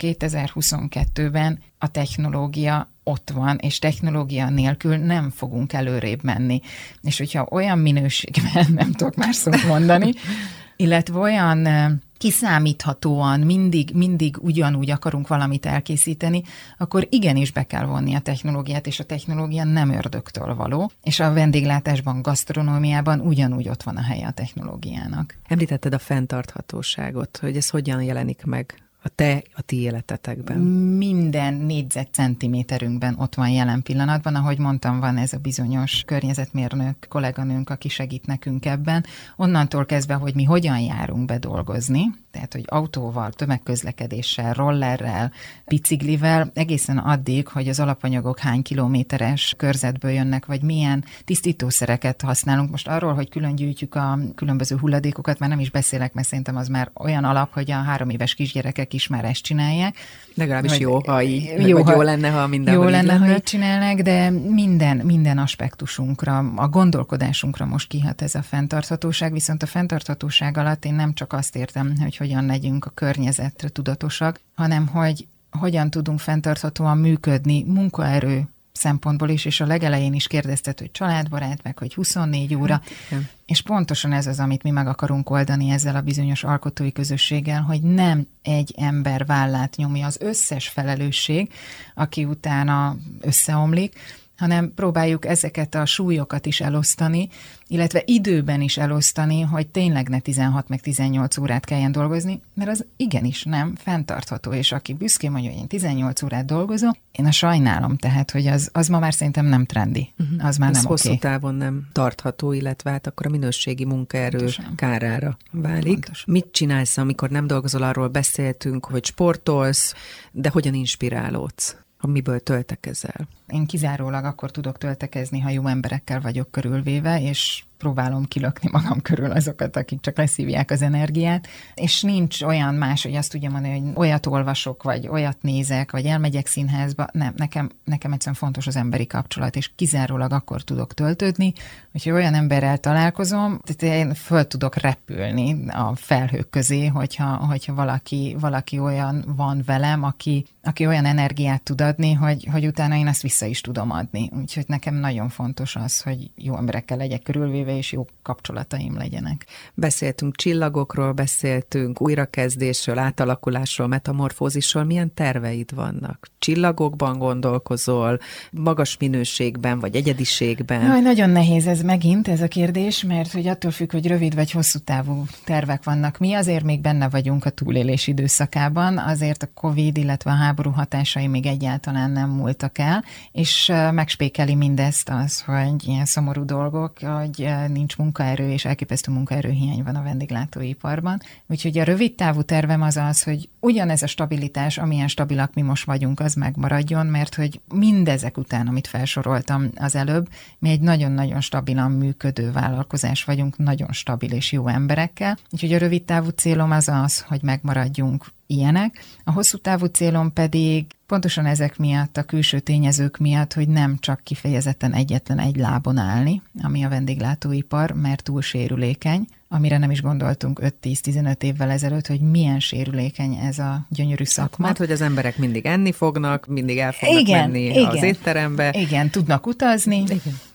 2022-ben a technológia ott van, és technológia nélkül nem fogunk előrébb menni. És hogyha olyan minőségben, nem tudok más szót mondani, illetve olyan kiszámíthatóan mindig ugyanúgy akarunk valamit elkészíteni, akkor igenis be kell vonni a technológiát, és a technológia nem ördögtől való, és a vendéglátásban, gasztronómiában ugyanúgy ott van a helye a technológiának. Említetted a fenntarthatóságot, hogy ez hogyan jelenik meg a ti életetekben? Minden négyzetcentiméterünkben ott van jelen pillanatban, ahogy mondtam, van ez a bizonyos környezetmérnök kolléganőnk, aki segít nekünk ebben. Onnantól kezdve, hogy mi hogyan járunk be dolgozni, tehát, hogy autóval, tömegközlekedéssel, rollerrel, biciklivel, egészen addig, hogy az alapanyagok hány kilométeres körzetből jönnek, vagy milyen tisztítószereket használunk. Most arról, hogy külön gyűjtjük a különböző hulladékokat, már nem is beszélek, mert szerintem az már olyan alap, hogy a 3 éves kisgyerekek is már ezt csinálják. Legalábbis jó, ha így, jó lenne, ha mindenhol jó lenne, ha így csinálnak, de minden aspektusunkra, a gondolkodásunkra most kihat ez a fenntarthatóság, viszont a fenntarthatóság alatt én nem csak azt értem, hogy hogyan legyünk a környezetre tudatosak, hanem hogy hogyan tudunk fenntarthatóan működni munkaerő szempontból is, és a legelején is kérdezted, hogy családbarát, meg hogy 24 óra, és pontosan ez az, amit mi meg akarunk oldani ezzel a bizonyos alkotói közösséggel, hogy nem egy ember vállát nyomja az összes felelősség, aki utána összeomlik, hanem próbáljuk ezeket a súlyokat is elosztani, illetve időben is elosztani, hogy tényleg ne 16 meg 18 órát kelljen dolgozni, mert az igenis nem fenntartható, és aki büszkén mondja, hogy én 18 órát dolgozom, én a sajnálom, tehát, hogy az ma már szerintem nem trendi, az már ez nem hosszú oké. távon nem tartható, illetve hát akkor a minőségi munkaerő Pontosan. kárára válik. Pontosan. Mit csinálsz, amikor nem dolgozol, arról beszéltünk, hogy sportolsz, de hogyan inspirálódsz? Miből töltekezel? Én kizárólag akkor tudok töltekezni, ha jó emberekkel vagyok körülvéve, és próbálom kilökni magam körül azokat, akik csak leszívják az energiát, és nincs olyan más, hogy azt tudja mondani, hogy olyat olvasok, vagy olyat nézek, vagy elmegyek színházba. Nem, nekem egyszerűen fontos az emberi kapcsolat, és kizárólag akkor tudok töltődni, hogyha olyan emberrel találkozom, tehát én föl tudok repülni a felhők közé, hogyha valaki olyan van velem, aki olyan energiát tud adni, hogy utána én ezt vissza is tudom adni. Úgyhogy nekem nagyon fontos az, hogy jó emberekkel legyek körülvéve, és jó kapcsolataim legyenek. Beszéltünk csillagokról, beszéltünk újrakezdésről, átalakulásról, metamorfózisról. Milyen terveid vannak? Csillagokban gondolkozol, magas minőségben, vagy egyediségben? Nagyon nehéz ez megint, ez a kérdés, mert hogy attól függ, hogy rövid vagy hosszú távú tervek vannak. Mi azért még benne vagyunk a túlélés időszakában, azért a Covid, illetve a háború hatásai még egyáltalán nem múltak el, és megspékeli mindezt az, hogy ilyen szomorú dolgok, hogy nincs munkaerő, és elképesztő munkaerőhiány van a vendéglátóiparban. Úgyhogy a rövid távú tervem az, hogy ugyanez a stabilitás, amilyen stabilak mi most vagyunk, az megmaradjon, mert hogy mindezek után, amit felsoroltam az előbb, mi egy nagyon-nagyon stabilan működő vállalkozás vagyunk, nagyon stabil és jó emberekkel. Úgyhogy a rövid távú célom az, hogy megmaradjunk ilyenek. A hosszú távú célom pedig pontosan ezek miatt, a külső tényezők miatt, hogy nem csak kifejezetten egyetlen egy lábon állni, ami a vendéglátóipar, mert túl sérülékeny, amire nem is gondoltunk 5-10-15 évvel ezelőtt, hogy milyen sérülékeny ez a gyönyörű szakma. Hát, hogy az emberek mindig enni fognak, mindig el fognak menni az étterembe. Igen, tudnak utazni. Igen.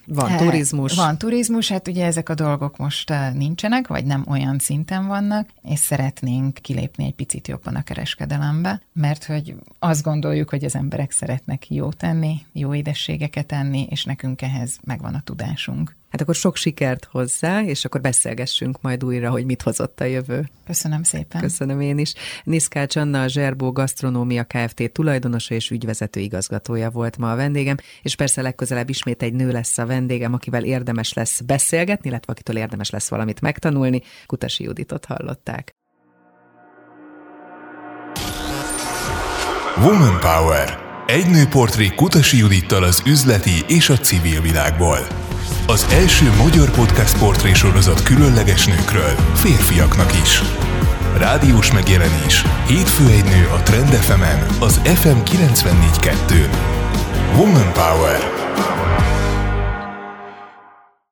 Van turizmus. Van turizmus, hát ugye ezek a dolgok most nincsenek, vagy nem olyan szinten vannak, és szeretnénk kilépni egy picit jobban a kereskedelembe, mert hogy azt gondoljuk, hogy az emberek szeretnek jót tenni, jó édességeket enni, és nekünk ehhez megvan a tudásunk. Hát akkor sok sikert hozzá, és akkor beszélgessünk majd újra, hogy mit hozott a jövő. Köszönöm szépen. Köszönöm én is. Niszkács Anna, a Zserbó Gasztronómia Kft. Tulajdonosa és ügyvezető igazgatója volt ma a vendégem, és persze legközelebb ismét egy nő lesz a vendégem, akivel érdemes lesz beszélgetni, illetve akitől érdemes lesz valamit megtanulni. Kutasi Juditot hallották. Woman Power. Egy nőportré Kutasi Judittal az üzleti és a civil világból. Az első magyar podcast portrésorozat különleges nőkről, férfiaknak is. Rádiós megjelenés. Hétfő egy nő a Trend FM-en, az FM 94.2-n. Woman Power.